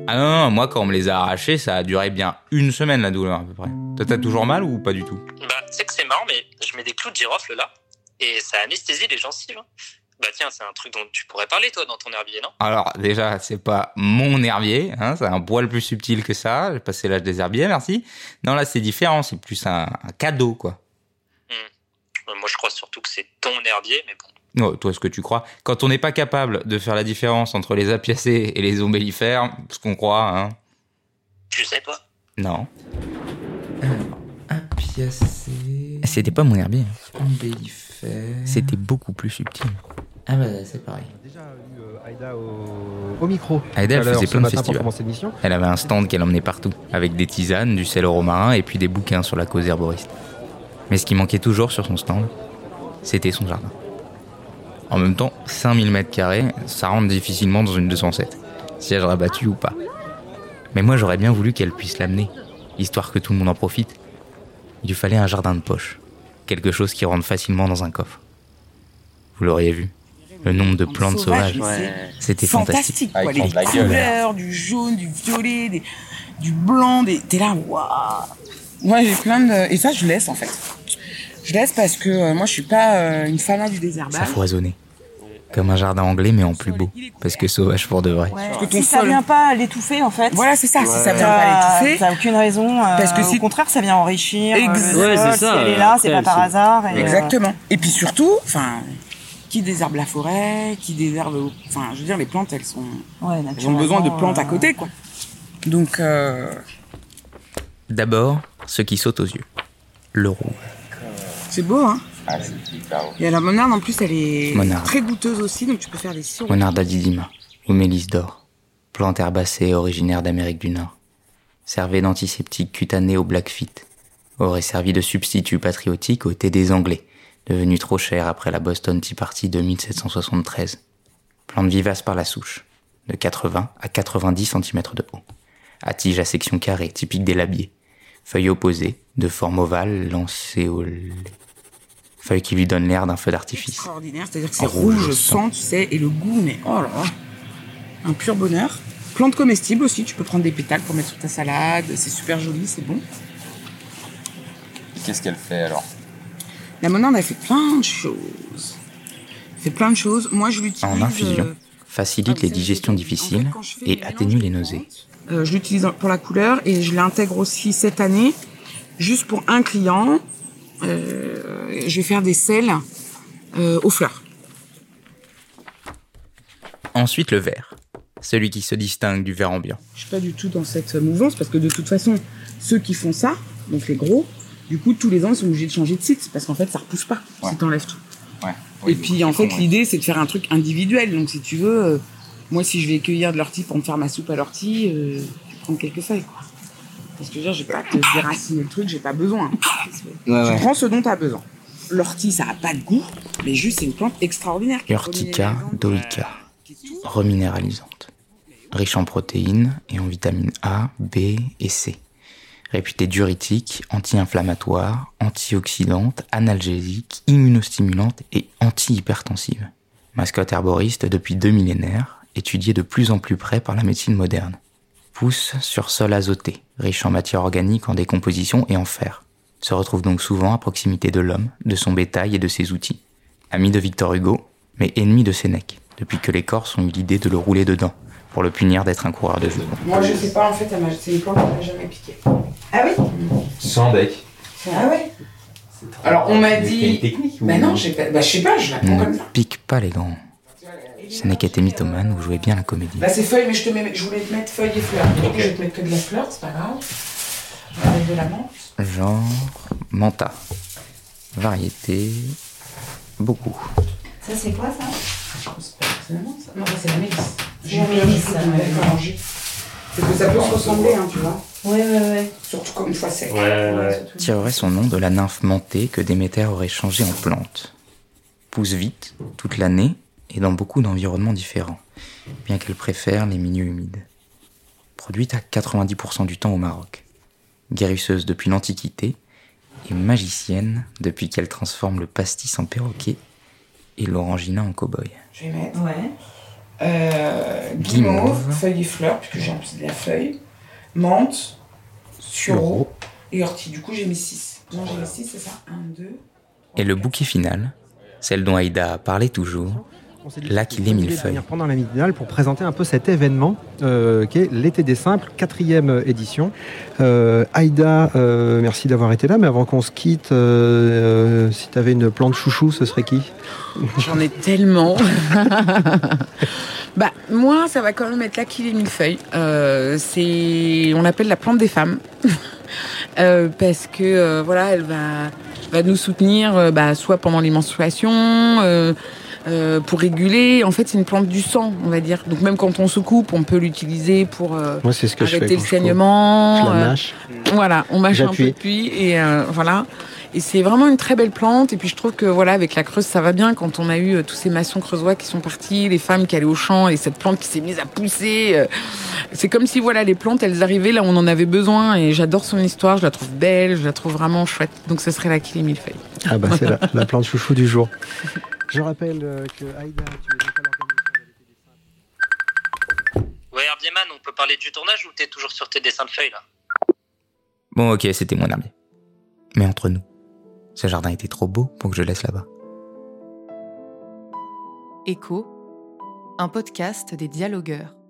Ah non, moi quand on me les a arrachés, ça a duré bien 1 semaine la douleur à peu près. Toi t'as toujours mal ou pas du tout? Bah, tu sais que c'est marrant, mais je mets des clous de girofle là, et ça anesthésie les gencives. Bah tiens, c'est un truc dont tu pourrais parler toi dans ton herbier, non? Alors déjà, c'est pas mon herbier, hein, c'est un poil plus subtil que ça. J'ai passé l'âge des herbiers, merci. Non là c'est différent, c'est plus un cadeau quoi. Moi je crois surtout que c'est ton herbier, mais bon. Non, toi ce que tu crois. Quand on n'est pas capable de faire la différence entre les apiacés et les ombellifères, ce qu'on croit, hein. Tu sais pas? Non. Apiacé. C'était pas mon herbier. Ombellifère. C'était beaucoup plus subtil. Ah bah c'est pareil. On a déjà eu Aïda au micro. Aïda, elle faisait plein de matin festivals. pour commencer l'émission. Elle avait un stand qu'elle emmenait partout, avec des tisanes, du sel au romarin et puis des bouquins sur la cause herboriste. Mais ce qui manquait toujours sur son stand, c'était son jardin. En même temps, 5000 m², ça rentre difficilement dans une 207, siège rabattu ou pas. Mais moi j'aurais bien voulu qu'elle puisse l'amener, histoire que tout le monde en profite. Il lui fallait un jardin de poche, quelque chose qui rentre facilement dans un coffre. Vous l'auriez vu, le nombre de plantes sauvages, c'était fantastique. Quoi. Les couleurs, du jaune, du violet, du blanc, t'es là, waouh. Moi j'ai plein de... Et ça je laisse en fait. Je laisse parce que moi je suis pas une fanat du désherbage. Ça foisonnait. Comme un jardin anglais mais en plus beau. Parce que sauvage pour de vrai. Ouais. Parce que si ça vient pas l'étouffer en fait. Voilà c'est ça, si ça vient pas l'étouffer. T'as aucune raison. Parce que au contraire ça vient enrichir. C'est ça. Si elle est là, c'est pas par hasard. Exactement. Et puis surtout, qui désherbe la forêt, qui désherbe... Enfin je veux dire les plantes elles sont... elles ont besoin de plantes à côté quoi. Donc... D'abord, ce qui saute aux yeux. Le rouge. C'est beau, hein. Ah, c'est super beau. Et la monarde, en plus, elle est Monarde. très goûteuse aussi, donc tu peux faire des sirops. Monarda didima, ou mélisse d'or. Plante herbacée originaire d'Amérique du Nord. Servait d'antiseptique cutané au Blackfeet. Aurait servi de substitut patriotique au thé des Anglais, devenu trop cher après la Boston Tea Party de 1773. Plante vivace par la souche, de 80 à 90 cm de haut. À tige à section carrée, typique des labiers. Feuilles opposées, de forme ovale, lancéolées. Feuilles qui lui donnent l'air d'un feu d'artifice. Extraordinaire, c'est-à-dire que c'est rouge sang, tu sais, et le goût, mais oh là là, un pur bonheur. Plante comestible aussi, tu peux prendre des pétales pour mettre sur ta salade, c'est super joli, c'est bon. Et qu'est-ce qu'elle fait alors? La monarde, elle fait plein de choses. Moi, je l'utilise... En infusion, facilite les digestions difficiles et atténue les nausées. Je l'utilise pour la couleur et je l'intègre aussi cette année, juste pour un client. Je vais faire des sels aux fleurs. Ensuite, le vert. Celui qui se distingue du vert ambiant. Je suis pas du tout dans cette mouvance parce que de toute façon, ceux qui font ça, donc les gros, du coup, tous les ans, ils sont obligés de changer de site parce qu'en fait, ça repousse pas si t'enlèves tout. Ouais. Et puis, en fait, l'idée, c'est de faire un truc individuel. Donc, si tu veux, moi, si je vais cueillir de l'ortie pour me faire ma soupe à l'ortie, je vais prendre quelques feuilles, quoi. Parce que je vais pas te déraciner le truc, j'ai pas besoin. Tu prends ce dont tu as besoin. L'ortie, ça a pas de goût, mais juste, c'est une plante extraordinaire. Urtica dolica, reminéralisante. Riche en protéines et en vitamines A, B et C. Réputée diurétique, anti-inflammatoire, antioxydante, analgésique, immunostimulante et anti-hypertensive. Mascotte herboriste depuis 2 millénaires, étudiée de plus en plus près par la médecine moderne. Pousse sur sol azoté, riche en matière organique, en décomposition et en fer. Se retrouve donc souvent à proximité de l'homme, de son bétail et de ses outils. Ami de Victor Hugo, mais ennemi de Sénèque, depuis que les Corses ont eu l'idée de le rouler dedans, pour le punir d'être un coureur de jupons. Moi, je sais pas, en fait, c'est une plante qui m'a jamais piqué. Ah oui? Sans bec. Ah ouais? Alors, on m'a dit... technique Bah non, je sais pas, je la prends comme ça. Pique pas les grands. Sénèque était mythomane ou jouait bien la comédie. Bah c'est feuilles, mais je voulais te mettre feuilles et fleurs. Donc je vais te mettre que de la fleur, c'est pas grave. Avec de la menthe. Genre Manta. Variété. Beaucoup. Ça c'est quoi ça? C'est la menthe, ça? Non, ça c'est la mélisse. J'ai la mélisse, ça. C'est que ça peut se ressembler, hein, tu vois. Ouais. Surtout comme une fois sec. Tirerait son nom de la nymphe mentée que Déméter aurait changée en plante. Pousse vite, toute l'année, et dans beaucoup d'environnements différents, bien qu'elle préfère les milieux humides. Produite à 90% du temps au Maroc. Guérisseuse depuis l'Antiquité et magicienne depuis qu'elle transforme le pastis en perroquet et l'orangina en cow-boy. Je vais mettre. Ouais. Guimauve, feuilles et fleurs, puisque j'ai en plus de la feuille, menthe, sureau et ortie. Du coup, j'ai mis 6. Non, j'ai mis 6, c'est ça 1, 2. Et le bouquet final, celle dont Aïda parlait toujours, l'Aquilée millefeuille. Pendant la midinale pour présenter un peu cet événement qui est l'été des simples, 4e édition. Aïda, merci d'avoir été là, mais avant qu'on se quitte, si tu avais une plante chouchou, ce serait qui ? J'en ai tellement. Bah, moi, ça va quand même être l'Aquilée millefeuille. On l'appelle la plante des femmes. Parce que, voilà, elle va nous soutenir, soit pendant les menstruations, pour réguler. En fait, c'est une plante du sang, on va dire. Donc, même quand on se coupe, on peut l'utiliser pour Moi, c'est ce que arrêter je fais le saignement. Je la mâche. Voilà, on mâche un peu J'appuie. depuis et voilà. Et c'est vraiment une très belle plante. Et puis je trouve que voilà, avec la Creuse, ça va bien. Quand on a eu tous ces maçons creusois qui sont partis, les femmes qui allaient au champ et cette plante qui s'est mise à pousser. C'est comme si voilà, les plantes, elles arrivaient là où on en avait besoin. Et j'adore son histoire, je la trouve belle, je la trouve vraiment chouette. Donc ce serait l'Aquilée millefeuille. Ah bah c'est la plante chouchou du jour. Je rappelle que Aïda, tu es donc à l'organisation de l'été des simples. Ouais, Herbieman, on peut parler du tournage ou t'es toujours sur tes dessins de feuilles là? Bon, ok, c'était mon herbier. Mais entre nous, ce jardin était trop beau pour que je laisse là-bas. Écho, un podcast des dialogueurs.